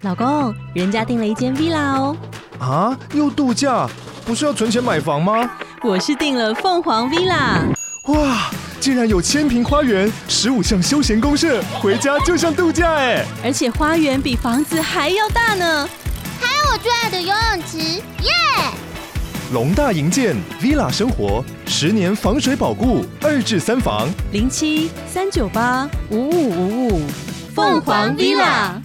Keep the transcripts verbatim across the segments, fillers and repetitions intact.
老公，人家订了一间 villa 哦。 啊，又度假？不是要存钱买房吗？ 我是订了凤凰 villa。 哇，竟然有千坪花园，十五项休闲公设，回家就像度假哎！ 而且花园比房子还要大呢。 还有我最爱的游泳池，耶！ 龙大营建 villa 生活，十年防水保固，二至三房， 零七三九八五五五五，凤凰 villa。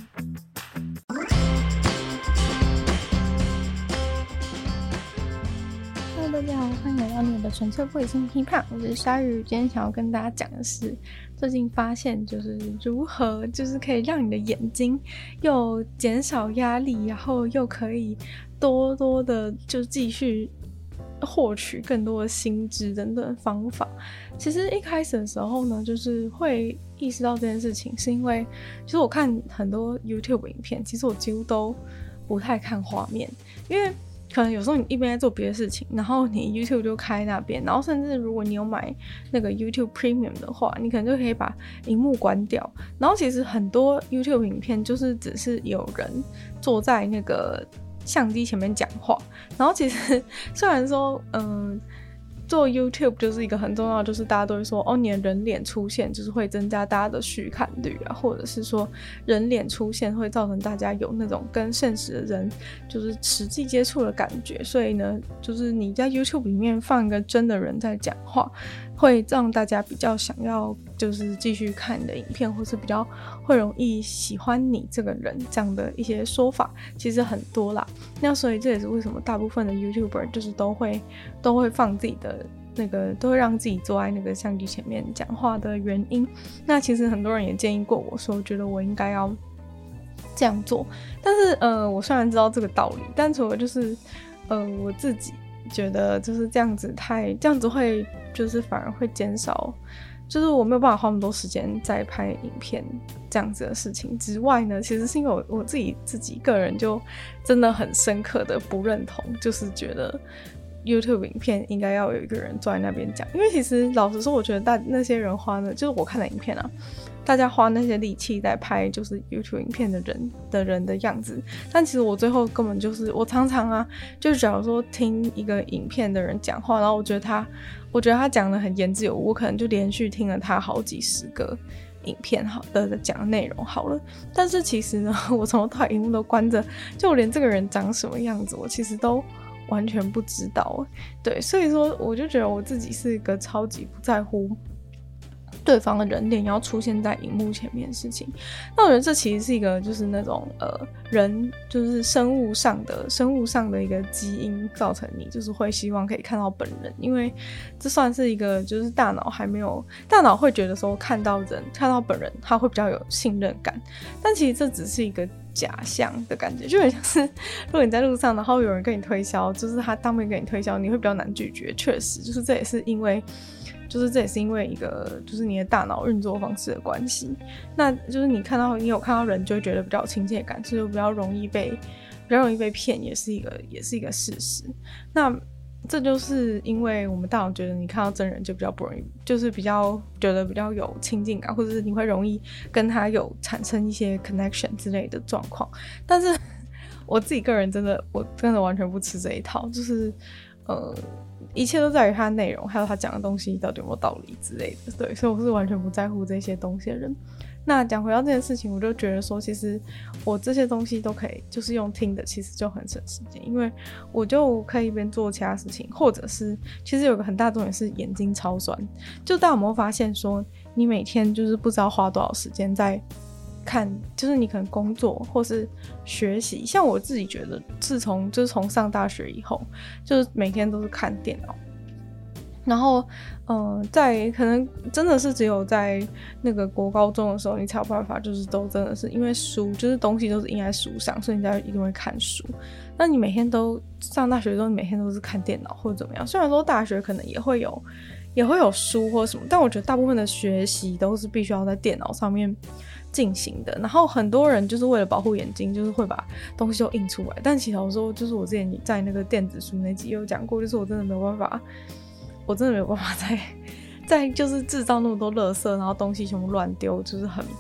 Hello， 大家好，欢迎来到你的纯粹不理性批判，我是鲨鱼。今天想要跟大家讲的是，最近发现就是如何就是可以让你的眼睛又减少压力，然后又可以多多的就继续获取更多的新知等等方法。其实一开始的时候呢，就是会意识到这件事情，是因为其实我看很多 YouTube 影片，其实我几乎都不太看画面，因为可能有时候你一边在做别的事情，然后你 YouTube 就开那边，然后甚至如果你有买那个 YouTube Premium 的话，你可能就可以把荧幕关掉。然后其实很多 YouTube 影片就是只是有人坐在那个相机前面讲话，然后其实虽然说嗯做 YouTube 就是一个很重要的，就是大家都会说哦，你的人脸出现就是会增加大家的续看率啊，或者是说人脸出现会造成大家有那种跟现实的人就是实际接触的感觉，所以呢，就是你在 YouTube 里面放一个真的人在讲话，会让大家比较想要就是继续看你的影片，或是比较会容易喜欢你这个人，这样的一些说法其实很多啦。那所以这也是为什么大部分的 YouTuber 就是都会都会放自己的那个，都会让自己坐在那个相机前面讲话的原因。那其实很多人也建议过我说，我觉得我应该要这样做，但是呃，我虽然知道这个道理，但除了就是呃我自己觉得就是这样子太这样子会就是反而会减少，就是我没有办法花那么多时间在拍影片这样子的事情之外呢，其实是因为我我自己自己个人就真的很深刻的不认同，就是觉得 YouTube 影片应该要有一个人坐在那边讲，因为其实老实说，我觉得大那些人花的，就是我看的影片啊，大家花那些力气在拍就是 YouTube 影片的人的人的样子，但其实我最后根本就是我常常啊，就假如说听一个影片的人讲话，然后我觉得他我觉得他讲的很言之有物，我可能就连续听了他好几十个影片好的讲的内容好了，但是其实呢，我从头到尾荧幕都关着，就我连这个人长什么样子我其实都完全不知道。对，所以说我就觉得我自己是一个超级不在乎对方的人脸要出现在荧幕前面的事情。那我觉得这其实是一个就是那种呃人就是生物上的生物上的一个基因造成你就是会希望可以看到本人，因为这算是一个就是大脑还没有大脑会觉得说看到人看到本人他会比较有信任感，但其实这只是一个假象的感觉，就很像是如果你在路上然后有人跟你推销，就是他当面跟你推销你会比较难拒绝，确实就是这也是因为就是这也是因为一个就是你的大脑运作方式的关系，那就是你看到你有看到人就会觉得比较有亲切感，所以比较容易被比较容易被骗，也是一个也是一个事实。那这就是因为我们大脑觉得你看到真人就比较不容易，就是比较觉得比较有亲近感，或者是你会容易跟他有产生一些 connection 之类的状况。但是我自己个人真的我真的完全不吃这一套，就是呃一切都在于他的内容，还有他讲的东西到底有没有道理之类的。对，所以我是完全不在乎这些东西的人。那讲回到这件事情，我就觉得说其实我这些东西都可以就是用听的，其实就很省时间，因为我就可以一边做其他事情，或者是其实有个很大重点是眼睛超酸。就大家有没有发现说你每天就是不知道花多少时间在看，就是你可能工作或是学习，像我自己觉得自从就是从上大学以后，就是每天都是看电脑，然后呃，在可能真的是只有在那个国高中的时候你才有办法，就是都真的是因为书就是东西都是印在书上，所以你才一定会看书。那你每天都上大学的时候你每天都是看电脑或者怎么样，虽然说大学可能也会有也会有书或什么，但我觉得大部分的学习都是必须要在电脑上面进行的。然后很多人就是为了保护眼睛，就是会把东西都印出来，但其实我说就是我之前在那个电子书那集也有讲过，就是我真的没有办法我真的没有办法在在就是制造那么多垃圾，然后东西全部乱丢，就是很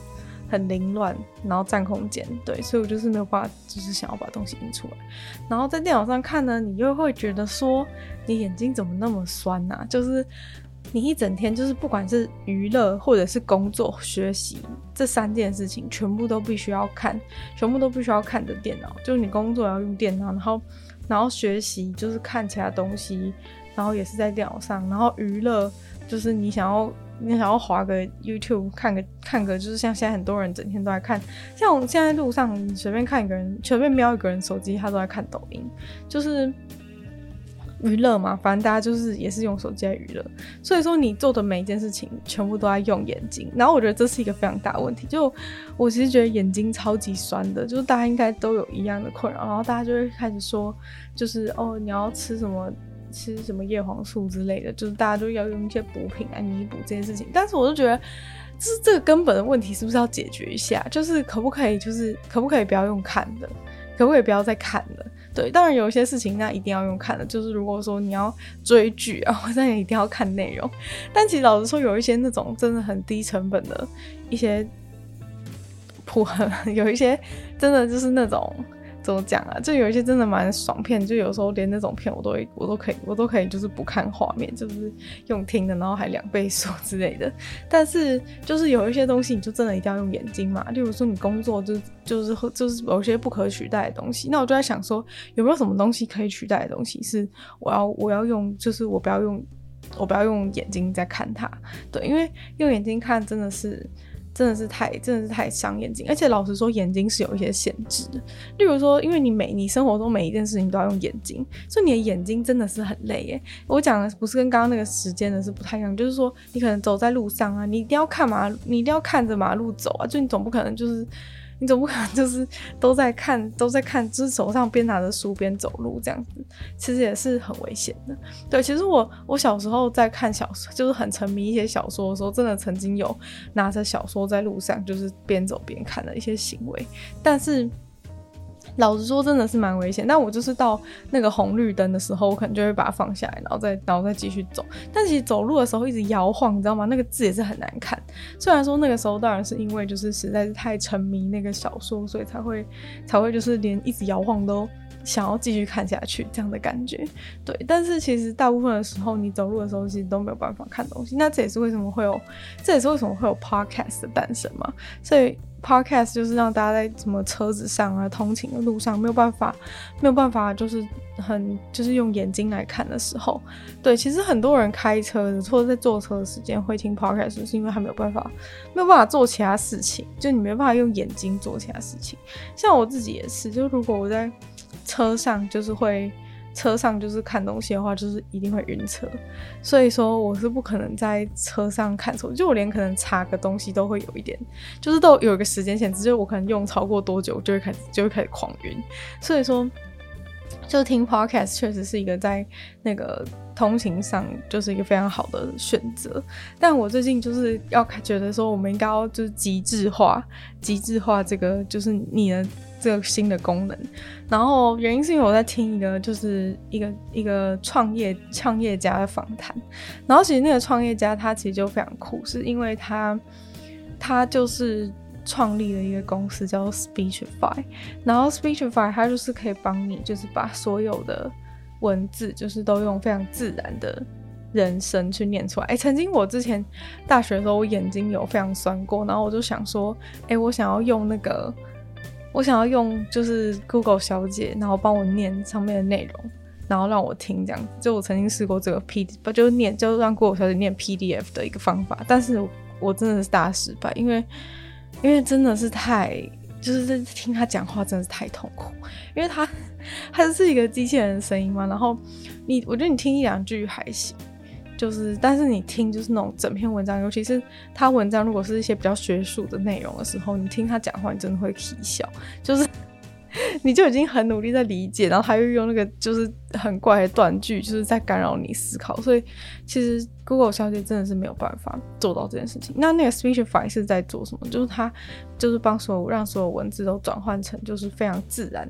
很凌乱，然后占空间，对，所以我就是没有办法，就是想要把东西印出来。然后在电脑上看呢，你又会觉得说，你眼睛怎么那么酸啊？就是你一整天就是不管是娱乐或者是工作、学习这三件事情，全部都必须要看，全部都必须要看着电脑。就是你工作要用电脑，然后然后学习就是看其他东西，然后也是在电脑上，然后娱乐就是你想要。你想要滑个 YouTube 看个看个，就是像现在很多人整天都在看，像我现在路上你随便看一个人，随便瞄一个人手机，他都在看抖音，就是娱乐嘛，反正大家就是也是用手机来娱乐，所以说你做的每一件事情全部都在用眼睛，然后我觉得这是一个非常大的问题，就我其实觉得眼睛超级酸的，就是大家应该都有一样的困扰，然后大家就会开始说，就是哦你要吃什么。吃什么叶黄素之类的，就是大家都要用一些补品来弥补这件事情。但是我就觉得，就是这个根本的问题是不是要解决一下？就是可不可以，就是可不可以不要用看的，可不可以不要再看了？对，当然有一些事情那一定要用看的，就是如果说你要追剧啊，那你一定要看内容。但其实老实说，有一些那种真的很低成本的一些普，有一些真的就是那种。怎么讲啊？就有一些真的蛮爽片，就有时候连那种片我都会，我都可以，我都可以就是不看画面，就是用听的，然后还两倍速之类的。但是就是有一些东西，你就真的一定要用眼睛嘛。例如说你工作就就是就是有一些不可取代的东西，那我就在想说，有没有什么东西可以取代的东西是我要我要用，就是我不要用我不要用眼睛在看它。对，因为用眼睛看真的是。真的是太真的是太伤眼睛，而且老实说，眼睛是有一些限制的。例如说，因为你每你生活中每一件事情都要用眼睛，所以你的眼睛真的是很累耶。我讲的不是跟刚刚那个时间的是不太一样，就是说你可能走在路上啊，你一定要看马，你一定要看着马路走啊，就你总不可能就是。你总不可能就是都在看都在看就是手上边拿着书边走路这样子，其实也是很危险的。对，其实我我小时候在看小说，就是很沉迷一些小说的时候，真的曾经有拿着小说在路上就是边走边看的一些行为，但是老实说真的是蛮危险，但我就是到那个红绿灯的时候，我可能就会把它放下来，然后再然后再继续走。但其实走路的时候一直摇晃，你知道吗？那个字也是很难看。虽然说那个时候当然是因为就是实在是太沉迷那个小说，所以才会才会就是连一直摇晃都想要继续看下去这样的感觉。对，但是其实大部分的时候你走路的时候其实都没有办法看东西。那这也是为什么会有这也是为什么会有 podcast 的诞生嘛。所以Podcast 就是让大家在什么车子上啊、通勤的路上没有办法、没有办法，就是很就是用眼睛来看的时候，对，其实很多人开车的或者在坐车的时间会听 Podcast， 是因为他没有办法、没有办法做其他事情，就你没办法用眼睛做其他事情。像我自己也是，就如果我在车上，就是会。车上就是看东西的话，就是一定会晕车，所以说我是不可能在车上看手机，就我连可能查个东西都会有一点，就是都有一个时间限制，就是我可能用超过多久就会开始就会开始狂晕，所以说就听 podcast 确实是一个在那个通勤上就是一个非常好的选择。但我最近就是要觉得说我们应该要就是极致化极致化这个就是你的这个新的功能，然后原因是因为我在听一个就是一个一个创业创业家的访谈，然后其实那个创业家他其实就非常酷，是因为他他就是创立了一个公司叫做 Speechify， 然后 Speechify 它就是可以帮你就是把所有的文字就是都用非常自然的人声去念出来。哎，曾经我之前大学的时候我眼睛有非常酸过，然后我就想说哎，我想要用那个我想要用就是 Google 小姐然后帮我念上面的内容，然后让我听这样子。就我曾经试过这个 P D 不就念就让 Google 小姐念 P D F 的一个方法，但是 我, 我真的是大失败，因为因为真的是太就是听他讲话真的是太痛苦，因为他他是一个机器人的声音嘛，然后你我觉得你听一两句还行，就是但是你听就是那种整篇文章，尤其是他文章如果是一些比较学术的内容的时候，你听他讲话你真的会起笑，就是你就已经很努力在理解，然后他又用那个就是很怪的断句就是在干扰你思考，所以其实 Google 小姐真的是没有办法做到这件事情。那那个 Speechify 是在做什么？就是他就是帮所有让所有文字都转换成就是非常自然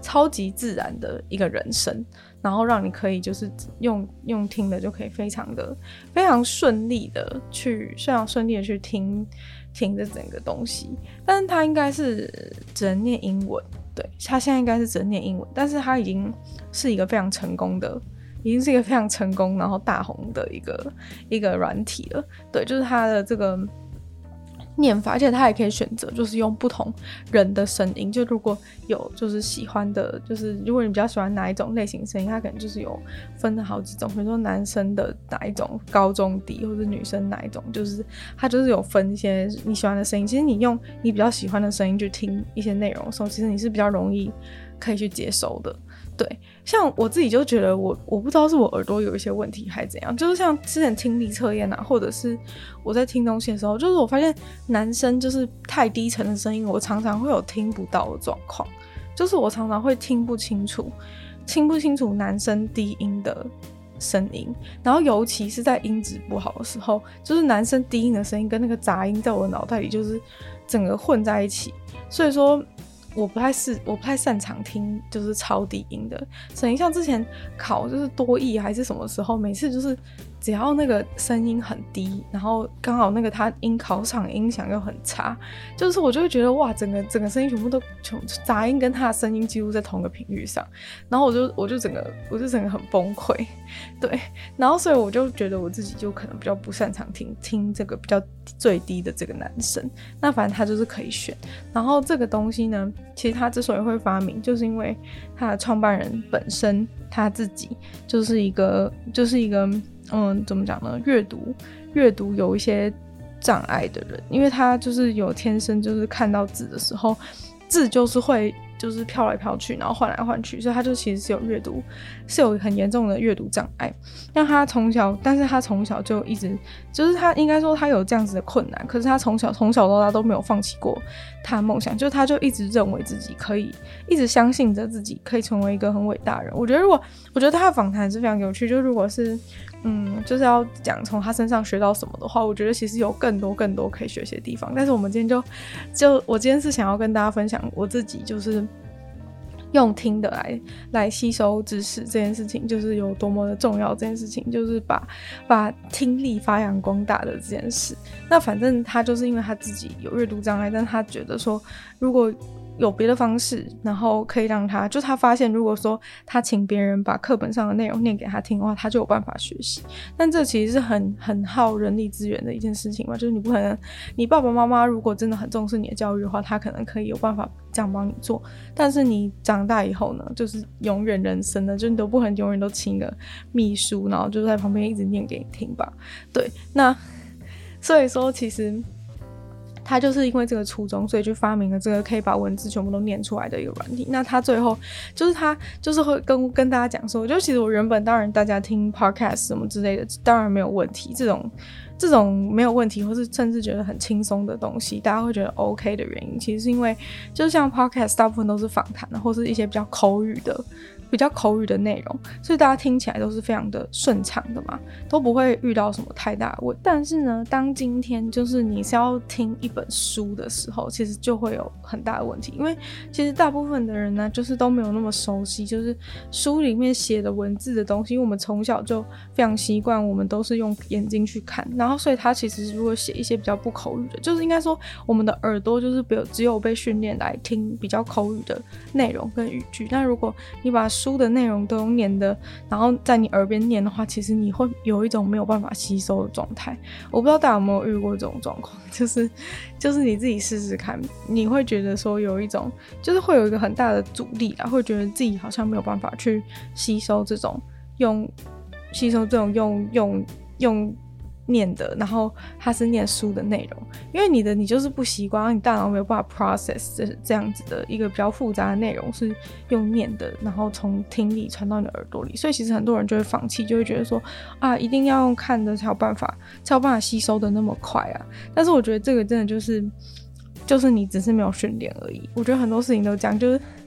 超级自然的一个人声，然后让你可以就是用用听的就可以非常的非常顺利的去非常顺利的去听听这整个东西。但是他应该是只能念英文，对，他现在应该是只能念英文，但是他已经是一个非常成功的已经是一个非常成功然后大红的一个一个软体了。对，就是他的这个念法，而且他也可以选择就是用不同人的声音，就如果有就是喜欢的，就是如果你比较喜欢哪一种类型声音，他可能就是有分了好几种，比如说男生的哪一种高中低，或者女生哪一种，就是他就是有分一些你喜欢的声音。其实你用你比较喜欢的声音去听一些内容的时候，其实你是比较容易可以去接收的。对，像我自己就觉得我我不知道是我耳朵有一些问题还是怎样，就是像之前听力测验啊，或者是我在听东西的时候，就是我发现男生就是太低沉的声音，我常常会有听不到的状况，就是我常常会听不清楚听不清楚男生低音的声音，然后尤其是在音质不好的时候，就是男生低音的声音跟那个杂音在我的脑袋里就是整个混在一起，所以说我不太是我不太擅长听就是超低音的声音。像之前考就是多益还是什么时候，每次就是只要那个声音很低，然后刚好那个他音考场音响又很差，就是我就会觉得哇，整个整个声音全部都杂音跟他的声音几乎在同个频率上，然后我就我就整个我就整个很崩溃。对，然后所以我就觉得我自己就可能比较不擅长听听这个比较最低的这个男生。那反正他就是可以选，然后这个东西呢，其实他之所以会发明，就是因为他的创办人本身他自己就是一个就是一个嗯，怎么讲呢？阅读阅读有一些障碍的人，因为他就是有天生就是看到字的时候，字就是会就是飘来飘去，然后换来换去，所以他就其实是有阅读是有很严重的阅读障碍。那他从小，但是他从小就一直就是他应该说他有这样子的困难，可是他从小从小到大都没有放弃过他的梦想，就是他就一直认为自己可以，一直相信着自己可以成为一个很伟大的人。我觉得如果我觉得他的访谈是非常有趣，就如果是嗯，就是要讲从他身上学到什么的话，我觉得其实有更多更多可以学习的地方。但是我们今天就就我今天是想要跟大家分享我自己就是用听的来来吸收知识这件事情，就是有多么的重要。这件事情就是把把听力发扬光大的这件事。那反正他就是因为他自己有阅读障碍，但他觉得说如果有别的方式，然后可以让他就他发现如果说他请别人把课本上的内容念给他听的话，他就有办法学习。但这其实是很很耗人力资源的一件事情嘛，就是你不可能你爸爸妈妈如果真的很重视你的教育的话，他可能可以有办法这样帮你做，但是你长大以后呢，就是永远人生的，就你都不可能永远都请一个秘书然后就在旁边一直念给你听吧。对，那所以说其实他就是因为这个初衷，所以就发明了这个可以把文字全部都念出来的一个软体。那他最后就是他就是会跟跟大家讲说，就其实我原本当然大家听 podcast 什么之类的当然没有问题，这种这种没有问题或是甚至觉得很轻松的东西大家会觉得 OK 的原因，其实是因为就像 podcast 大部分都是访谈或是一些比较口语的比较口语的内容，所以大家听起来都是非常的顺畅的嘛，都不会遇到什么太大的问题。但是呢，当今天就是你是要听一本书的时候，其实就会有很大的问题，因为其实大部分的人呢，就是都没有那么熟悉，就是书里面写的文字的东西，因为我们从小就非常习惯，我们都是用眼睛去看，然后所以他其实如果写一些比较不口语的，就是应该说我们的耳朵就是只有被训练来听比较口语的内容跟语句。那如果你把书的内容都用念的，然后在你耳边念的话，其实你会有一种没有办法吸收的状态。我不知道大家有没有遇过这种状况，就是就是你自己试试看，你会觉得说有一种就是会有一个很大的阻力啊，会觉得自己好像没有办法去吸收这种用吸收这种用用用念的，然后它是念书的内容，因为你的你就是不习惯，你大脑没有办法 process 这, 这样子的一个比较复杂的内容是用念的，然后从听力传到你的耳朵里，所以其实很多人就会放弃，就会觉得说啊，一定要用看的才有办法才有办法吸收的那么快啊。但是我觉得这个真的就是就是你只是没有训练而已。我觉得很多事情都这样，就是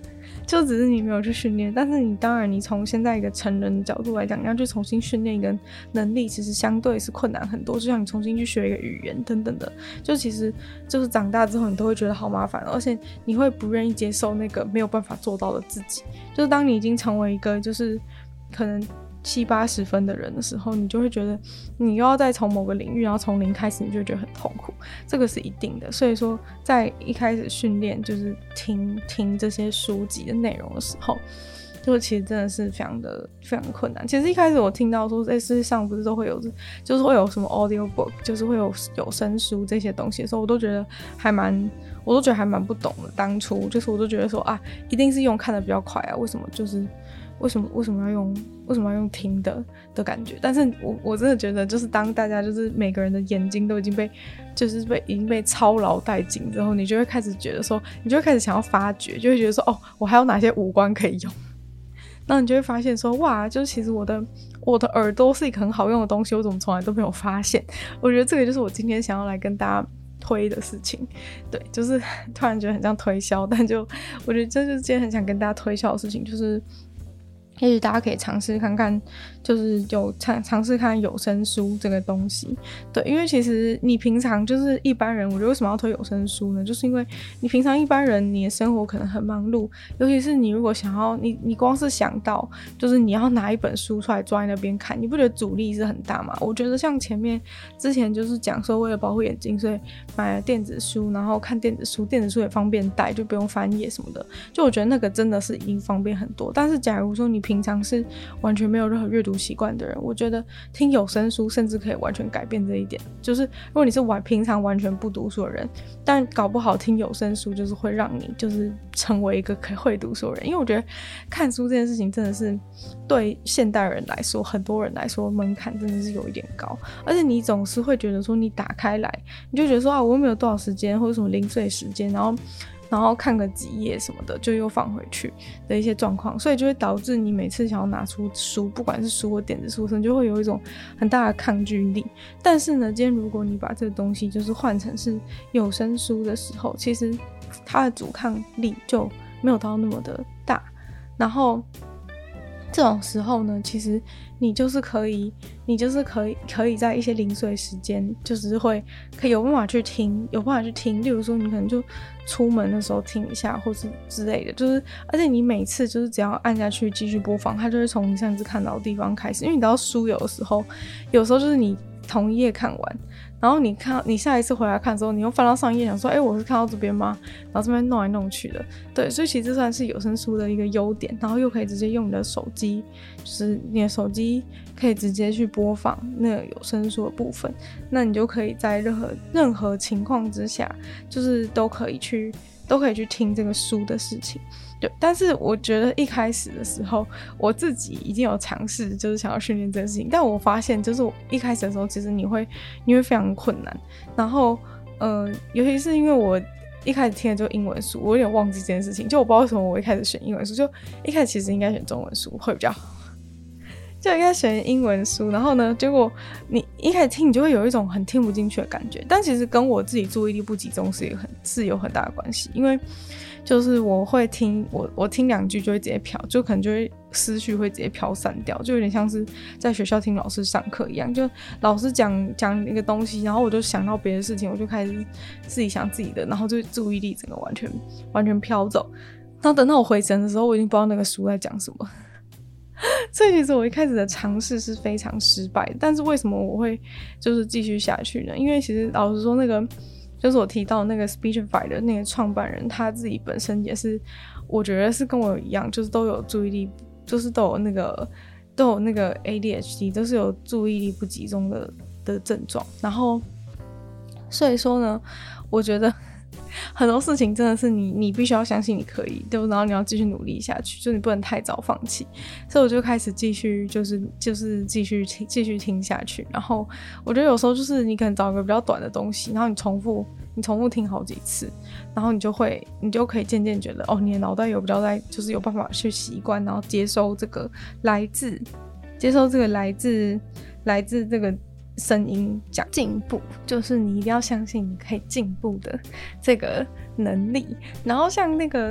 就只是你没有去训练。但是你当然你从现在一个成人的角度来讲，你要去重新训练一个能力，其实相对是困难很多，就像你重新去学一个语言等等的，就其实就是长大之后你都会觉得好麻烦，而且你会不愿意接受那个没有办法做到的自己。就是当你已经成为一个就是可能七八十分的人的时候，你就会觉得你又要再从某个领域然后从零开始，你就会觉得很痛苦，这个是一定的。所以说在一开始训练就是听听这些书籍的内容的时候，就其实真的是非常的非常的困难。其实一开始我听到说在世界上不是都会有就是会有什么 audio book 就是会有有声书这些东西的时候，我都觉得还蛮我都觉得还蛮不懂的。当初就是我都觉得说啊，一定是用看的比较快啊，为什么就是为什么为什么要用为什么要用听的的感觉。但是我我真的觉得就是当大家就是每个人的眼睛都已经被就是被已经被操劳殆尽之后，你就会开始觉得说你就会开始想要发掘，就会觉得说哦，我还有哪些五官可以用。那你就会发现说哇，就是其实我的我的耳朵是一个很好用的东西，我怎么从来都没有发现。我觉得这个就是我今天想要来跟大家推的事情。对，就是突然觉得很像推销，但就我觉得这就是今天很想跟大家推销的事情，就是也许大家可以尝试看看，就是有尝尝试看有声书这个东西。对，因为其实你平常就是一般人，我觉得为什么要推有声书呢？就是因为你平常一般人你的生活可能很忙碌，尤其是你如果想要你你光是想到就是你要拿一本书出来坐在那边看，你不觉得阻力是很大吗？我觉得像前面之前就是讲说为了保护眼睛，所以买了电子书，然后看电子书，电子书也方便带，就不用翻页什么的，就我觉得那个真的是已经方便很多。但是假如说你平常是完全没有任何阅读习惯的人，我觉得听有声书甚至可以完全改变这一点。就是如果你是完平常完全不读书的人，但搞不好听有声书就是会让你就是成为一个可以会读书的人。因为我觉得看书这件事情真的是对现代人来说，很多人来说门槛真的是有一点高，而且你总是会觉得说你打开来你就觉得说啊，我又没有多少时间或者什么零碎时间，然后然后看个几页什么的就又放回去的一些状况，所以就会导致你每次想要拿出书，不管是书或电子书，就会有一种很大的抗拒力。但是呢，今天如果你把这个东西就是换成是有声书的时候，其实它的阻抗力就没有到那么的大。然后这种时候呢，其实你就是可以你就是可以可以在一些零碎时间就是会可以有办法去听有办法去听例如说你可能就出门的时候听一下或是之类的，就是而且你每次就是只要按下去继续播放，它就会从你上次看到的地方开始。因为你知道书有的时候有时候就是你同一页看完，然后你看你下一次回来看的时候，你又翻到上一页想说哎、欸，我是看到这边吗？然后这边弄来弄去的。对，所以其实这算是有声书的一个优点，然后又可以直接用你的手机，就是你的手机可以直接去播放那个有声书的部分，那你就可以在任何任何情况之下就是都可以去都可以去听这个书的事情。对，但是我觉得一开始的时候我自己已经有尝试就是想要训练这个事情，但我发现就是我一开始的时候其实你会你会非常困难，然后呃，尤其是因为我一开始听的就英文书，我有点忘记这件事情，就我不知道为什么我一开始选英文书，就一开始其实应该选中文书会比较好，就应该选英文书，然后呢结果你一开始听你就会有一种很听不进去的感觉，但其实跟我自己注意力不集中是有很是有很大的关系。因为就是我会听我我听两句就会直接飘，就可能就会思绪会直接飘散掉，就有点像是在学校听老师上课一样，就老师讲讲一个东西，然后我就想到别的事情，我就开始自己想自己的，然后就注意力整个完全完全飘走，然后等到我回神的时候我已经不知道那个书在讲什么。所以其实我一开始的尝试是非常失败的，但是为什么我会就是继续下去呢？因为其实老实说那个就是我提到那个 Speechify 的那个创办人，他自己本身也是我觉得是跟我一样，就是都有注意力就是都有那个都有那个 A D H D， 都是有注意力不集中的的症状。然后所以说呢，我觉得很多事情真的是你你必须要相信你可以，对，然后你要继续努力下去，就你不能太早放弃。所以我就开始继续就是就是继续听继续听下去。然后我觉得有时候就是你可能找一个比较短的东西，然后你重复你重复听好几次，然后你就会你就可以渐渐觉得哦，你的脑袋有比较在就是有办法去习惯，然后接收这个来自接收这个来自来自这个声音讲进步，就是你一定要相信你可以进步的这个能力。然后像那个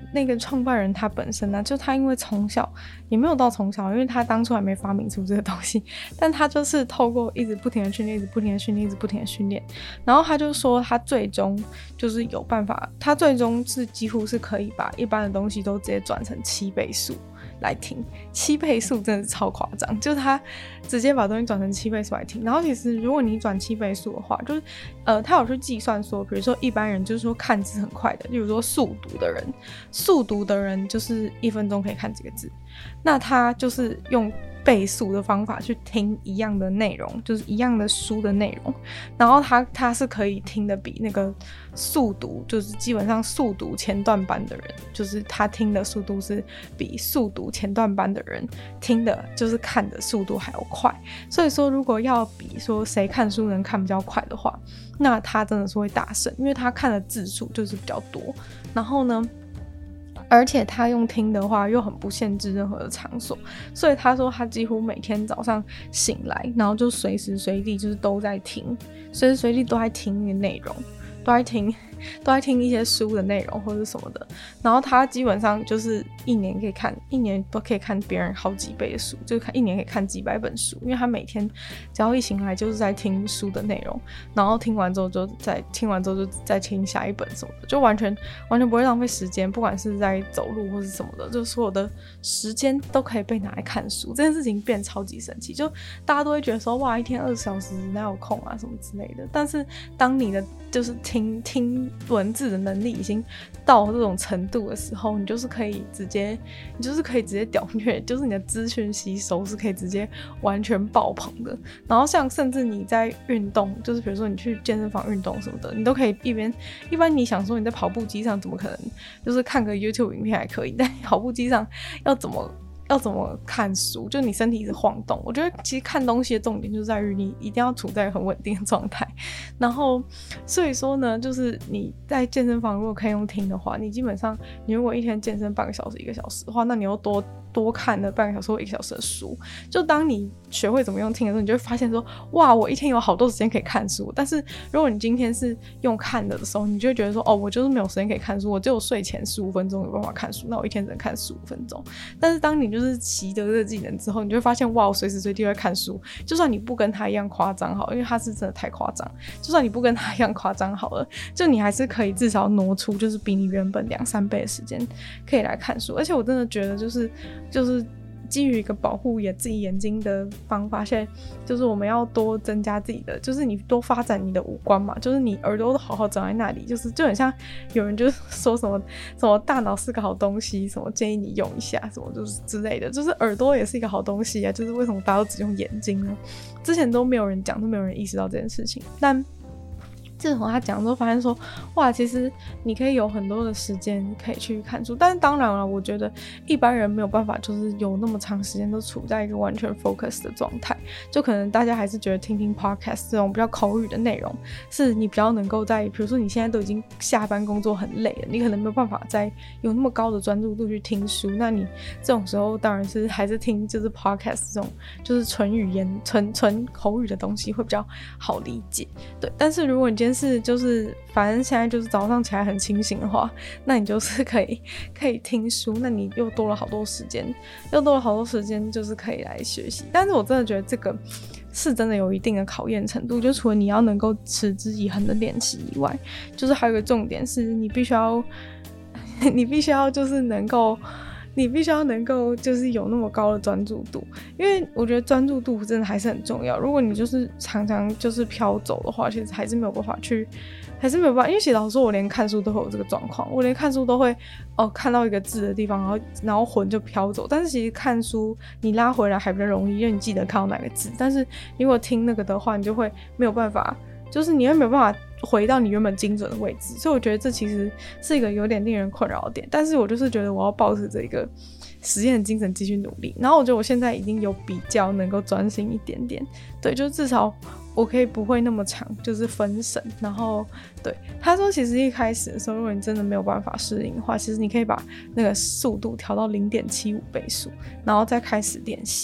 那个创办人他本身呢，就他因为从小也没有到从小，因为他当初还没发明出这个东西，但他就是透过一直不停的训练，一直不停的训练，一直不停的训练，然后他就说他最终就是有办法，他最终是几乎是可以把一般的东西都直接转成七倍速来听，七倍速真的是超夸张，就是他直接把东西转成七倍速来听。然后其实如果你转七倍速的话，就是呃，他有去计算说，比如说一般人就是说看字很快的，例如说速读的人，速读的人就是一分钟可以看几个字，那他就是用倍速的方法去听一样的内容，就是一样的书的内容，然后他他是可以听的比那个速读，就是基本上速读前段班的人，就是他听的速度是比速读前段班的人听的，就是看的速度还要快。所以说，如果要比说谁看书能看比较快的话，那他真的是会大胜，因为他看的字数就是比较多。然后呢？而且他用听的话又很不限制任何的场所，所以他说他几乎每天早上醒来，然后就随时随地就是都在听，随时随地都在听那个内容，都在听都在听一些书的内容或者什么的。然后他基本上就是一年可以看一年都可以看别人好几倍的书，就是看一年可以看几百本书，因为他每天只要一醒来就是在听书的内容，然后听完之后就再听完之后就再听下一本什么的，就完全完全不会浪费时间，不管是在走路或是什么的，就所有的时间都可以被拿来看书。这件事情变超级神奇，就大家都会觉得说哇，一天二十小时哪有空啊什么之类的。但是当你的就是听听文字的能力已经到这种程度的时候，你就是可以直接你就是可以直接屌虐，就是你的资讯吸收是可以直接完全爆棚的。然后像甚至你在运动，就是比如说你去健身房运动什么的，你都可以一边一般你想说你在跑步机上怎么可能就是看个 YouTube 影片还可以，但跑步机上要怎么要怎么看书，就你身体一直晃动。我觉得其实看东西的重点就在于你一定要处在很稳定的状态。然后所以说呢，就是你在健身房如果可以用听的话，你基本上你如果一天健身半个小时一个小时的话，那你又多多看了半个小时或一个小时的书。就当你学会怎么用听的时候，你就会发现说哇，我一天有好多时间可以看书。但是如果你今天是用看的的时候，你就会觉得说哦，我就是没有时间可以看书，我只有睡前十五分钟有办法看书，那我一天只能看十五分钟。但是当你就是习得这个技能之后，你就会发现哇，我随时随地会看书，就算你不跟他一样夸张好了，因为他是真的太夸张，就算你不跟他一样夸张好了，就你还是可以至少挪出就是比你原本两三倍的时间可以来看书。而且我真的觉得就是就是基于一个保护眼自己眼睛的方法，现在就是我们要多增加自己的，就是你多发展你的五官嘛，就是你耳朵都好好长在那里，就是就很像有人就是说什么什么大脑是个好东西，什么建议你用一下，什么就是之类的，就是耳朵也是一个好东西啊，就是为什么大家都只用眼睛呢？之前都没有人讲，都没有人意识到这件事情，但自从他讲之后发现说哇，其实你可以有很多的时间可以去看书。但是当然了，我觉得一般人没有办法就是有那么长时间都处在一个完全 focus 的状态，就可能大家还是觉得听听 podcast 这种比较口语的内容是你比较能够在，比如说你现在都已经下班工作很累了，你可能没有办法再有那么高的专注度去听书，那你这种时候当然是还是听就是 podcast 这种就是纯语言纯纯口语的东西会比较好理解。对，但是如果你今天是就是反正现在就是早上起来很清醒的话，那你就是可以可以听书，那你又多了好多时间又多了好多时间就是可以来学习。但是我真的觉得这个是真的有一定的考验程度，就除了你要能够持之以恒的练习以外，就是还有一个重点是你必须要你必须要就是能够你必须要能够就是有那么高的专注度，因为我觉得专注度真的还是很重要。如果你就是常常就是飘走的话，其实还是没有办法去还是没有办法，因为其实老实说我连看书都会有这个状况，我连看书都会哦看到一个字的地方然后然后魂就飘走。但是其实看书你拉回来还比较容易，因为你记得看到哪个字，但是如果听那个的话你就会没有办法，就是你会没有办法回到你原本精准的位置。所以我觉得这其实是一个有点令人困扰的点，但是我就是觉得我要抱持这个实验的精神继续努力。然后我觉得我现在已经有比较能够专心一点点，对，就至少我可以不会那么长就是分神。然后对他说其实一开始的时候如果你真的没有办法适应的话，其实你可以把那个速度调到 零点七五倍速，然后再开始练习。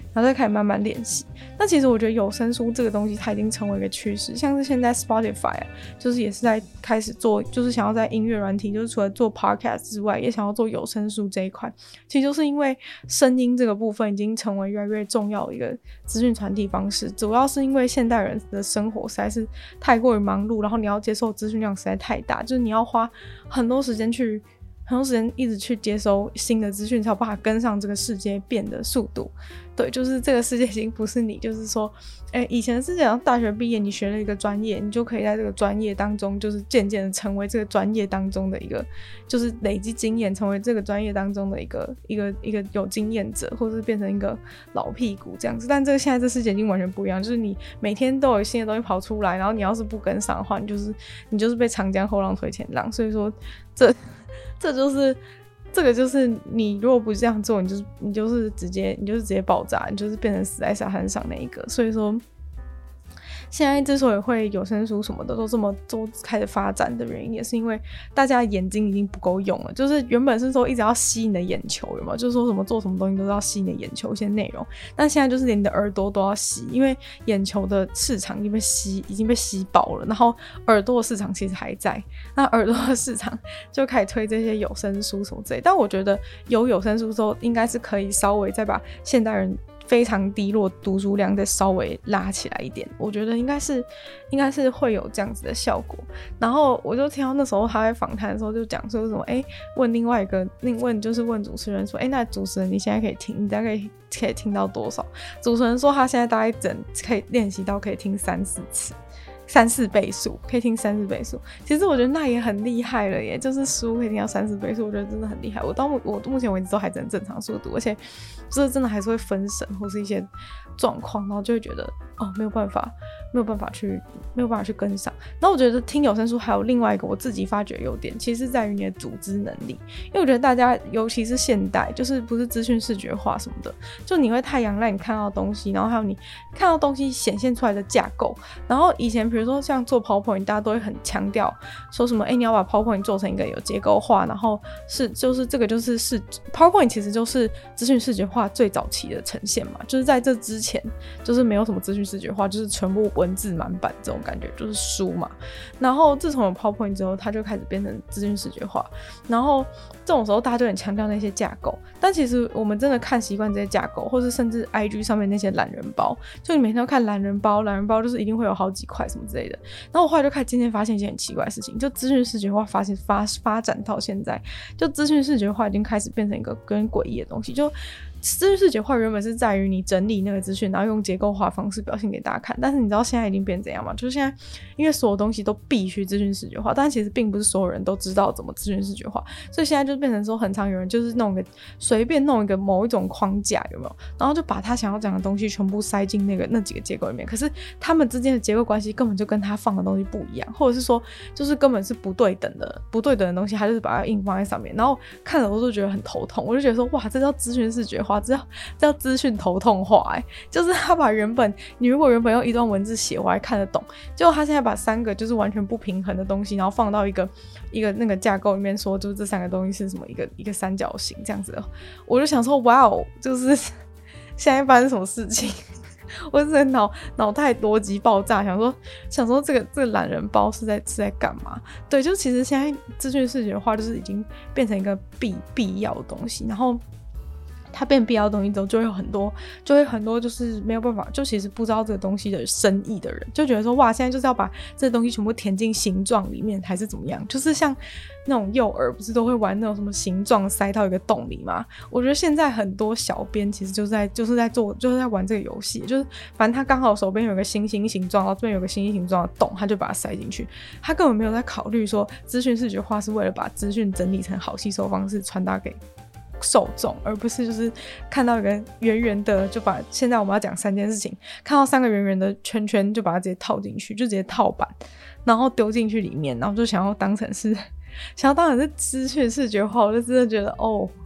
然后再开始慢慢练习。那其实我觉得有声书这个东西它已经成为一个趋势，像是现在 Spotify 啊，就是也是在开始做，就是想要在音乐软体，就是除了做 podcast 之外，也想要做有声书这一块。其实就是因为声音这个部分已经成为越来越重要的一个资讯传递方式，主要是因为现代人的生活实在是太过于忙碌，然后你要接受资讯量实在太大，就是你要花很多时间去很多时间一直去接收新的资讯，才有办法跟上这个世界变的速度。对，就是这个世界已经不是你，就是说诶以前的世界好像大学毕业你学了一个专业，你就可以在这个专业当中就是渐渐的成为这个专业当中的一个，就是累积经验，成为这个专业当中的一个一个一个有经验者，或是变成一个老屁股这样子。但这个现在这世界已经完全不一样，就是你每天都有新的东西跑出来，然后你要是不跟上的话，你就是你就是被长江后浪推前浪。所以说这这就是这个就是你如果不这样做，你就是你就是直接你就是直接爆炸，你就是变成死在沙滩上那一个。所以说现在之所以会有声书什么的都这么都开始发展的原因，也是因为大家的眼睛已经不够用了。就是原本是说一直要吸你的眼球，有没有？就是说什么做什么东西都是要吸你的眼球一些内容，但现在就是连你的耳朵都要吸，因为眼球的市场已经被吸已经被吸饱了，然后耳朵的市场其实还在，那耳朵的市场就开始推这些有声书什么之类。但我觉得有有声书之后，应该是可以稍微再把现代人非常低落读书量再稍微拉起来一点，我觉得应该是应该是会有这样子的效果。然后我就听到那时候他在访谈的时候就讲说什么，哎，问另外一个问就是问主持人说，哎，那主持人你现在可以听，你大概可以听到多少？主持人说他现在大概整可以练习到可以听三四次。三四倍速可以听三四倍速，其实我觉得那也很厉害了耶，就是书可以听到三四倍速，我觉得真的很厉害。我到目我目前为止都还真正常速读，而且就是真的还是会分神或是一些状况，然后就会觉得哦没有办法没有办法去没有办法去跟上。然后我觉得听有声书还有另外一个我自己发觉的优点，其实在于你的组织能力，因为我觉得大家尤其是现代，就是不是资讯视觉化什么的，就你会太仰赖你看到的东西，然后还有你看到东西显现出来的架构。然后以前比如比如说像做 PowerPoint 大家都会很强调说什么哎，你要把 PowerPoint 做成一个有结构化，然后是就是这个就是是 PowerPoint 其实就是资讯视觉化最早期的呈现嘛，就是在这之前就是没有什么资讯视觉化，就是全部文字满版这种感觉，就是书嘛。然后自从有 PowerPoint 之后，它就开始变成资讯视觉化，然后这种时候大家就很强调那些架构，但其实我们真的看习惯这些架构，或是甚至 I G 上面那些懒人包，就你每天都看懒人包，懒人包就是一定会有好几块什么之类的。然后我后来就开始渐渐发现一件很奇怪的事情，就资讯视觉化发现发发展到现在，就资讯视觉化已经开始变成一个跟诡异的东西。就资讯视觉化原本是在于你整理那个资讯，然后用结构化的方式表现给大家看，但是你知道现在已经变怎样吗？就是现在因为所有东西都必须资讯视觉化，但其实并不是所有人都知道怎么资讯视觉化，所以现在就变成说很常有人就是弄个随便弄一个某一种框架，有没有？然后就把他想要讲的东西全部塞进那个那几个结构里面，可是他们之间的结构关系根本就跟他放的东西不一样，或者是说就是根本是不对等的不对等的东西，他就是把它硬放在上面，然后看了我就觉得很头痛，我就觉得说哇，这叫资讯视觉化，这叫这叫资讯头痛化、欸、就是他把原本你如果原本用一段文字写我还看得懂，结果他现在把三个就是完全不平衡的东西然后放到一个一个那个架构里面，说就是这三个东西是什么一个一个三角形这样子的，我就想说哇哦，就是现在发生什么事情我真的脑脑袋逻辑爆炸，想说想说这个这个懒人包是在是在干嘛？对，就其实现在资讯视觉化就是已经变成一个必必要的东西，然后它变必要的东西之后，就会有很多，就会很多就是没有办法，就其实不知道这个东西的深意的人，就觉得说哇，现在就是要把这个东西全部填进形状里面，还是怎么样？就是像那种幼儿不是都会玩那种什么形状塞到一个洞里吗？我觉得现在很多小编其实就是在就是在做就是在玩这个游戏，就是反正他刚好手边有个星星形状，然后这边有个星星形状的洞，他就把它塞进去，他根本没有在考虑说资讯视觉化是为了把资讯整理成好吸收方式传达给受众，而不是就是看到一个圆圆的就把现在我们要讲三件事情，看到三个圆圆的圈圈就把它直接套进去，就直接套版然后丢进去里面，然后就想要当成是想要当成是资讯视觉化，我就真的觉得哦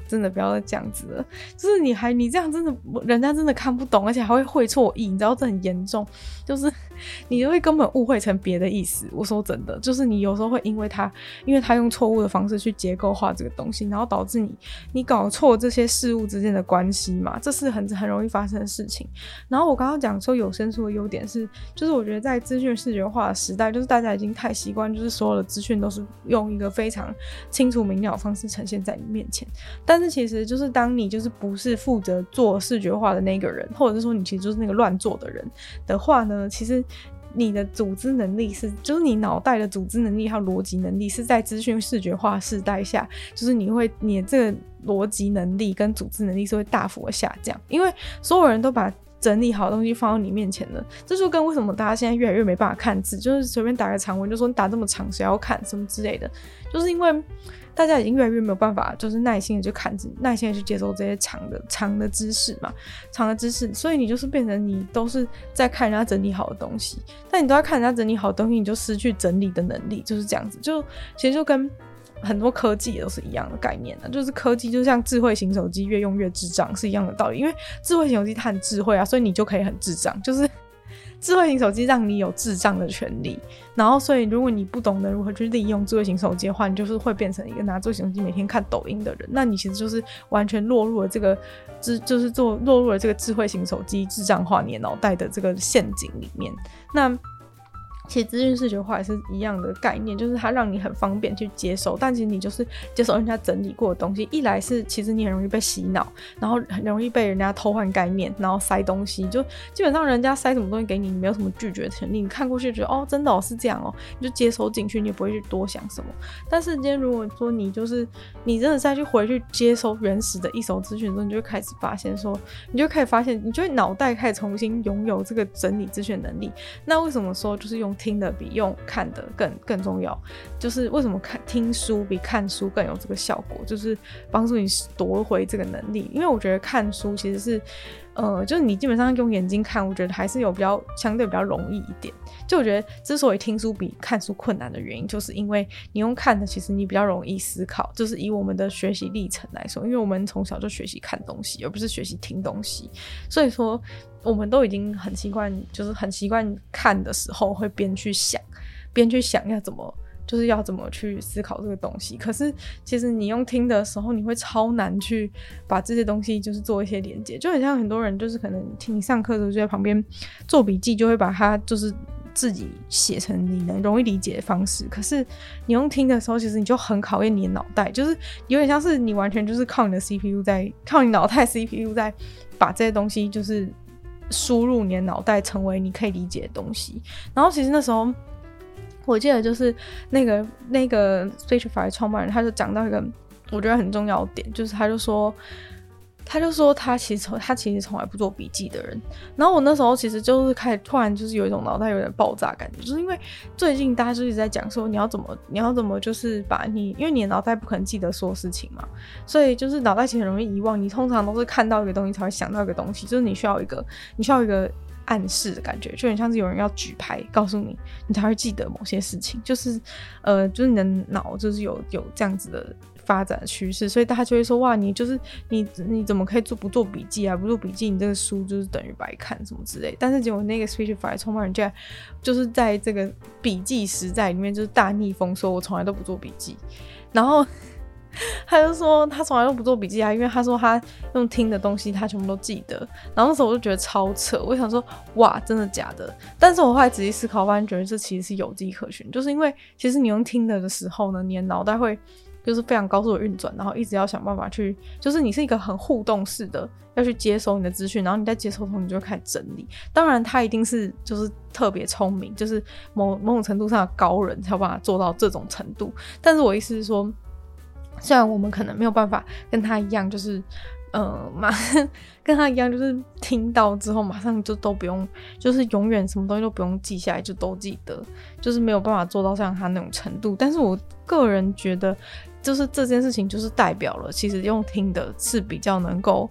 真的不要再这样子了，就是你还你这样真的人家真的看不懂，而且还会会错意，你知道这很严重，就是你就会根本误会成别的意思。我说真的，就是你有时候会因为他因为他用错误的方式去结构化这个东西，然后导致你你搞错这些事物之间的关系嘛，这是很很容易发生的事情。然后我刚刚讲说有声书的优点是，就是我觉得在资讯视觉化的时代，就是大家已经太习惯，就是所有的资讯都是用一个非常清楚明了的方式呈现在你面前。但是其实就是当你就是不是负责做视觉化的那个人，或者是说你其实就是那个乱做的人的话呢，其实你的组织能力是，就是你脑袋的组织能力还有逻辑能力是在资讯视觉化世代下，就是你会你的这个逻辑能力跟组织能力是会大幅的下降，因为所有人都把整理好的东西放到你面前了。这就跟为什么大家现在越来越没办法看字，就是随便打个长文就说你打这么长谁要看什么之类的，就是因为大家已经越来越没有办法就是耐心的去看字，耐心的去接受这些长的长的知识嘛，长的知识，所以你就是变成你都是在看人家整理好的东西，但你都在看人家整理好的东西，你就失去整理的能力，就是这样子。就其实就跟很多科技也都是一样的概念的，就是科技就像智慧型手机越用越智障是一样的道理，因为智慧型手机它很智慧啊，所以你就可以很智障，就是智慧型手机让你有智障的权利，然后所以如果你不懂得如何去利用智慧型手机的话，你就是会变成一个拿智慧型手机每天看抖音的人，那你其实就是完全落入了这个就是做落入了这个智慧型手机智障化你的脑袋的这个陷阱里面。那其实资讯视觉化也是一样的概念，就是它让你很方便去接受，但其实你就是接受人家整理过的东西，一来是其实你很容易被洗脑，然后很容易被人家偷换概念，然后塞东西，就基本上人家塞什么东西给你，你没有什么拒绝的权利，你看过去就觉得哦真的哦是这样哦，你就接收进去，你也不会去多想什么。但是今天如果说你就是你真的再去回去接收原始的一手资讯的时候，你就会开始发现说你就开始发现你就会脑袋开始重新拥有这个整理资讯能力。那为什么说就是用听的比用看的更更重要，就是为什么看听书比看书更有这个效果，就是帮助你夺回这个能力。因为我觉得看书其实是呃，就是你基本上用眼睛看，我觉得还是有比较相对比较容易一点。就我觉得之所以听书比看书困难的原因，就是因为你用看的其实你比较容易思考，就是以我们的学习历程来说，因为我们从小就学习看东西而不是学习听东西，所以说我们都已经很习惯，就是很习惯看的时候会边去想边去想要怎么就是要怎么去思考这个东西。可是其实你用听的时候，你会超难去把这些东西就是做一些连接，就很像很多人就是可能听你上课的时候就在旁边做笔记，就会把它就是自己写成你能容易理解的方式。可是你用听的时候，其实你就很考验你的脑袋，就是有点像是你完全就是靠你的 C P U 在靠你脑袋 C P U 在把这些东西就是输入你的脑袋成为你可以理解的东西。然后其实那时候我记得就是那个那个 Speechify 创办人他就讲到一个我觉得很重要的点，就是他就说他就说他其实他其实从来不做笔记的人。然后我那时候其实就是开始突然就是有一种脑袋有点爆炸感觉，就是因为最近大家就一直在讲说你要怎么你要怎么就是把你因为你的脑袋不可能记得所有事情嘛，所以就是脑袋其实很容易遗忘，你通常都是看到一个东西才会想到一个东西，就是你需要一个你需要一个暗示的感觉，就很像是有人要举牌告诉你你才会记得某些事情，就是呃就是你的脑就是有有这样子的发展的趋势，所以大家就会说哇你就是你你怎么可以做不做笔记啊，不做笔记你这个书就是等于白看什么之类。但是结果那个 Speechify 创办人家就是在这个笔记时代里面就是大逆风，说我从来都不做笔记，然后他就说他从来都不做笔记啊，因为他说他用听的东西他全部都记得。然后那时候我就觉得超扯，我想说哇真的假的。但是我后来仔细思考发现觉得这其实是有迹可循，就是因为其实你用听的的时候呢，你的脑袋会就是非常高速的运转，然后一直要想办法去就是你是一个很互动式的要去接收你的资讯，然后你在接收后你就会开始整理。当然他一定是就是特别聪明，就是某某种程度上的高人才有办法做到这种程度。但是我意思是说虽然我们可能没有办法跟他一样就是呃，马上跟他一样就是听到之后马上就都不用就是永远什么东西都不用记下来就都记得，就是没有办法做到像他那种程度。但是我个人觉得就是这件事情就是代表了其实用听的是比较能够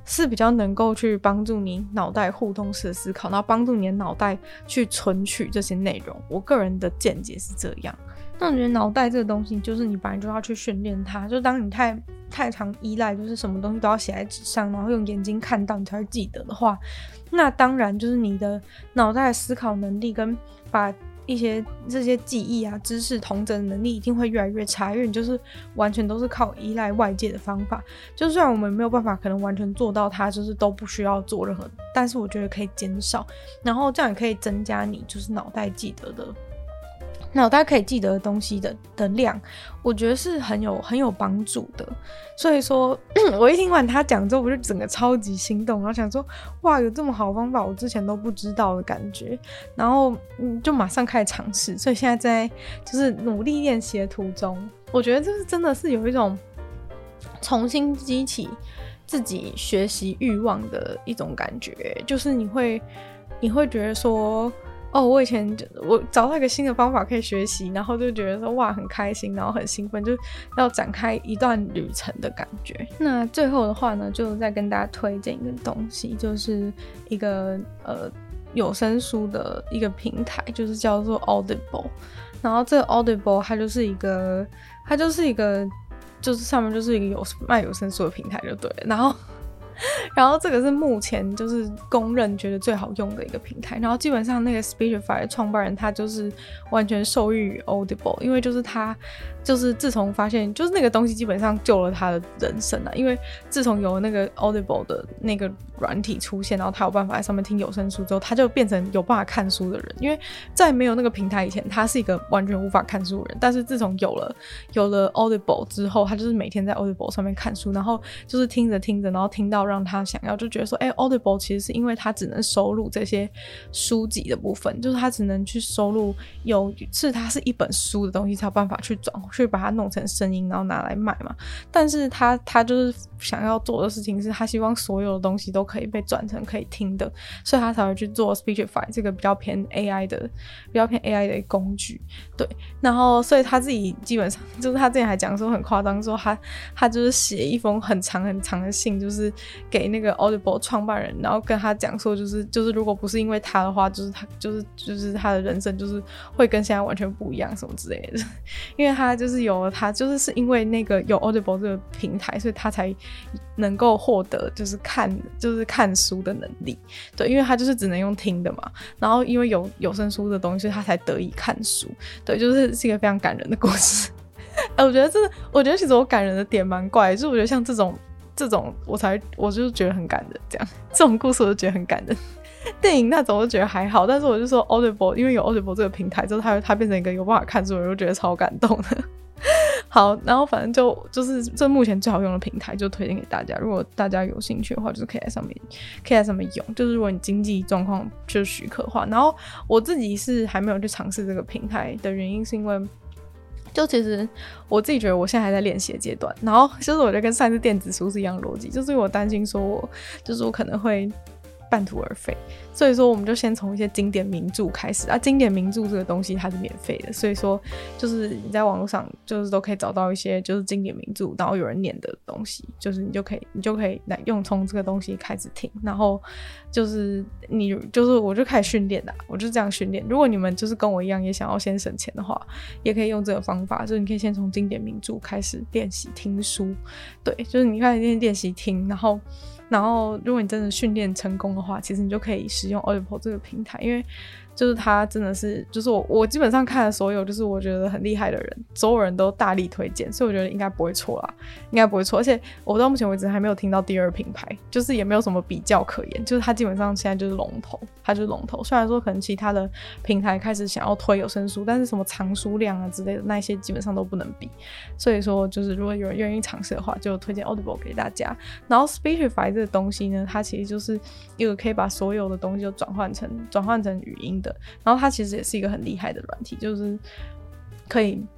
是比较能够去帮助你脑袋互动式的思考，然后帮助你的脑袋去存取这些内容。我个人的见解是这样。那我觉得脑袋这个东西，就是你本来就要去训练它，就当你太太常依赖，就是什么东西都要写在纸上，然后用眼睛看到你才会记得的话，那当然就是你的脑袋的思考能力跟把一些这些记忆啊、知识统整能力一定会越来越差，因为你就是完全都是靠依赖外界的方法。就虽然我们没有办法可能完全做到它就是都不需要做任何，但是我觉得可以减少，然后这样也可以增加你就是脑袋记得的脑袋可以记得的东西的的量，我觉得是很有很有帮助的。所以说我一听完他讲之后，我就整个超级心动，然后想说哇，有这么好的方法我之前都不知道的感觉，然后嗯就马上开始尝试。所以现在在就是努力练习的途中，我觉得这是真的是有一种重新激起自己学习欲望的一种感觉，就是你会你会觉得说哦，我以前我找到一个新的方法可以学习，然后就觉得说哇很开心，然后很兴奋，就要展开一段旅程的感觉。那最后的话呢，就再跟大家推荐一个东西，就是一个呃有声书的一个平台，就是叫做 Audible。然后这个 Audible 它就是一个它就是一个就是上面就是一个有卖有声书的平台就对了，然后然后这个是目前就是公认觉得最好用的一个平台，然后基本上那个 Speechify 的创办人他就是完全受益于 Audible， 因为就是他就是自从发现就是那个东西基本上救了他的人生啊，因为自从有那个 Audible 的那个软体出现，然后他有办法在上面听有声书之后，他就变成有办法看书的人。因为在没有那个平台以前，他是一个完全无法看书的人，但是自从有了有了 Audible 之后，他就是每天在 Audible 上面看书，然后就是听着听着，然后听到让他想要，就觉得说哎、欸、Audible 其实是因为他只能收录这些书籍的部分，就是他只能去收录有是他是一本书的东西才有办法去转去把它弄成声音然后拿来卖嘛，但是他他就是想要做的事情是他希望所有的东西都可以被转成可以听的，所以他才会去做 Speechify 这个比较偏 A I 的比较偏 A I 的工具。对，然后所以他自己基本上就是他之前还讲说很夸张，说他他就是写一封很长很长的信，就是给那个 Audible 创办人，然后跟他讲说就是就是如果不是因为他的话，就是他就是就是他的人生就是会跟现在完全不一样什么之类的，因为他就是有了他就是是因为那个有 Audible 这个平台，所以他才能够获得就是看就是看书的能力。对，因为他就是只能用听的嘛，然后因为有有声书的东西，所以他才得以看书。对，就是是一个非常感人的故事。哎，我觉得真的，我觉得其实我感人的点蛮怪的，就是我觉得像这种这种我才我就觉得很感人，这样这种故事我就觉得很感人。电影那种我就觉得还好，但是我就说 Audible， 因为有 Audible 这个平台之后，它它变成一个有办法看书的人，我就觉得超感动的。好，然后反正就就是这目前最好用的平台就推荐给大家，如果大家有兴趣的话，就是可以在上面可以在上面用，就是如果你经济状况就是许可的话。然后我自己是还没有去尝试这个平台的原因是因为就其实我自己觉得我现在还在练习的阶段，然后就是我觉得跟上一次电子书是一样的逻辑，就是我担心说我就是我可能会半途而废，所以说我们就先从一些经典名著开始啊。经典名著这个东西它是免费的，所以说就是你在网络上就是都可以找到一些就是经典名著，然后有人念的东西，就是你就可以你就可以来用从这个东西开始听，然后就是你就是我就开始训练啦，我就这样训练。如果你们就是跟我一样也想要先省钱的话，也可以用这个方法，就是你可以先从经典名著开始练习听书。对，就是你开始练练习听，然后然后如果你真的训练成功的话，其实你就可以使用 Audible 这个平台，因为就是它真的是就是我我基本上看了所有就是我觉得很厉害的人，所有人都大力推荐，所以我觉得应该不会错啦，应该不会错。而且我到目前为止还没有听到第二品牌，就是也没有什么比较可言，就是它基本上现在就是龙头，它就是龙头。虽然说可能其他的平台开始想要推有声书，但是什么藏书量啊之类的那一些基本上都不能比，所以说就是如果有人愿意尝试的话，就推荐 Audible 给大家。然后 Speechify 这个东西呢，它其实就是一个可以把所有的东西都转换成转换成语音的，然后它其实也是一个很厉害的软体，就是可以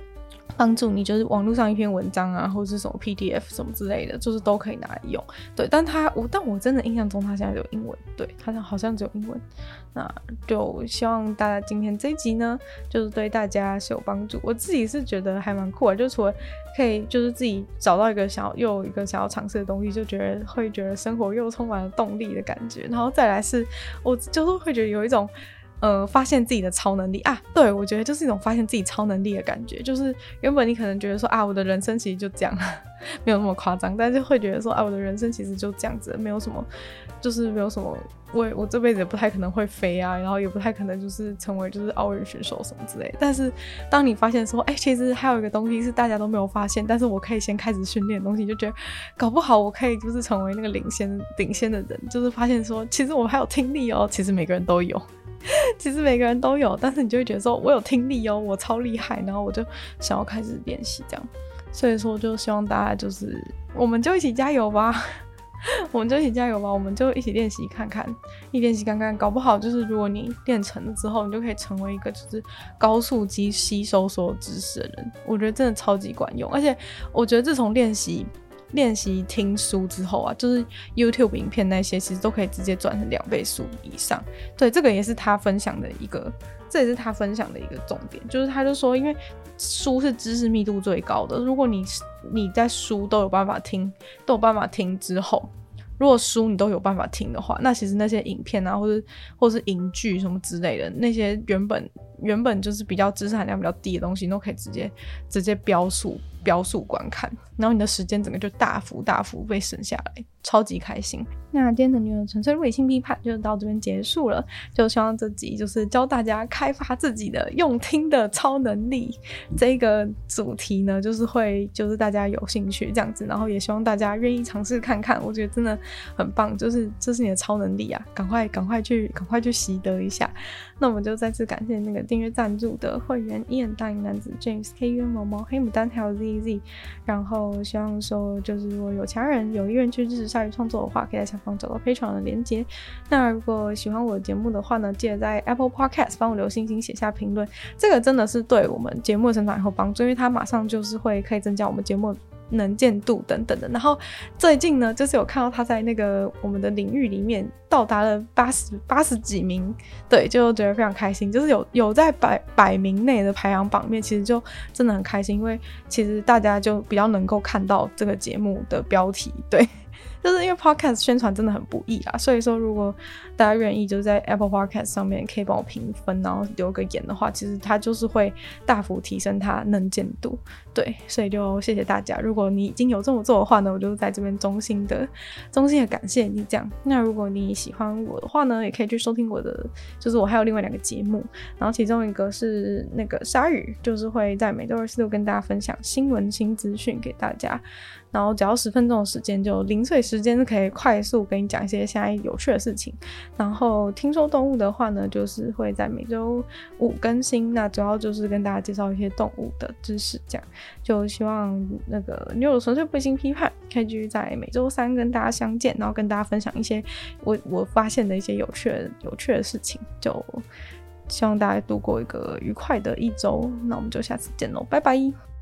帮助你就是网络上一篇文章啊，或者是什么 P D F 什么之类的，就是都可以拿来用。对，但他我但我真的印象中他现在只有英文，对，他好像只有英文。那就希望大家今天这一集呢，就是对大家是有帮助。我自己是觉得还蛮酷的，就除了可以就是自己找到一个想要又有一个想要尝试的东西，就觉得会觉得生活又充满了动力的感觉。然后再来是我就是会觉得有一种呃，发现自己的超能力啊，对，我觉得就是一种发现自己超能力的感觉，就是原本你可能觉得说啊，我的人生其实就这样，没有那么夸张，但是会觉得说啊，我的人生其实就这样子，没有什么，就是没有什么，我我这辈子也不太可能会飞啊，然后也不太可能就是成为就是奥运选手什么之类的。但是当你发现说，哎、欸，其实还有一个东西是大家都没有发现，但是我可以先开始训练的东西，就觉得搞不好我可以就是成为那个领先领先的人，就是发现说，其实我还有听力哦，其实每个人都有。其实每个人都有，但是你就会觉得说我有听力哦，我超厉害，然后我就想要开始练习这样。所以说就希望大家就是我们就一起加油吧我们就一起加油吧，我们就一起练习看看，一练习看看，搞不好就是如果你练成了之后，你就可以成为一个就是高速吸吸收所有知识的人。我觉得真的超级管用，而且我觉得自从练习练习听书之后啊，就是 YouTube 影片那些其实都可以直接转成两倍速以上。对，这个也是他分享的一个，这也是他分享的一个重点，就是他就说，因为书是知识密度最高的，如果你你在书都有办法听，都有办法听之后，如果书你都有办法听的话，那其实那些影片啊，或者或是影剧什么之类的，那些原本原本就是比较知识含量比较低的东西，都可以直接直接标速标速观看，然后你的时间整个就大幅大幅被省下来，超级开心。那今天的女友纯粹理性批判就到这边结束了，就希望这集就是教大家开发自己的用听的超能力这个主题呢，就是会就是大家有兴趣这样子，然后也希望大家愿意尝试看看，我觉得真的很棒，就是这是你的超能力啊，赶快赶快去赶快去习得一下。那我们就再次感谢那个订阅赞助的会员Ian、大龄男子 James、K U、毛毛、黑牡丹还有 Z Z， 然后希望说就是如果有其他人有意愿去支持鲨鱼创作的话，可以在下方找到 Patreon 的连结。那如果喜欢我的节目的话呢，记得在 Apple Podcast 帮我留星星写下评论，这个真的是对我们节目的成长以后帮助，因为它马上就是会可以增加我们节目能见度等等的。然后最近呢，就是有看到他在那个我们的领域里面到达了八十八十几名，对，就觉得非常开心，就是有有在百百名内的排行榜面，其实就真的很开心，因为其实大家就比较能够看到这个节目的标题，对。就是因为 podcast 宣传真的很不易啦，所以说如果大家愿意就是在 Apple Podcast 上面可以帮我评分，然后留个言的话，其实它就是会大幅提升它能见度，对，所以就谢谢大家。如果你已经有这么做的话呢，我就在这边衷心的衷心的感谢你这样。那如果你喜欢我的话呢，也可以去收听我的，就是我还有另外两个节目，然后其中一个是那个鲨鱼，就是会在每周二、四、六跟大家分享新闻新资讯给大家。然后只要十分钟的时间，就零碎时间是可以快速跟你讲一些现在有趣的事情。然后听说动物的话呢，就是会在每周五更新，那主要就是跟大家介绍一些动物的知识，这样就希望那个女友纯粹不行批判可以继续在每周三跟大家相见，然后跟大家分享一些我我发现的一些有趣的有趣的事情，就希望大家度过一个愉快的一周。那我们就下次见喽，拜拜。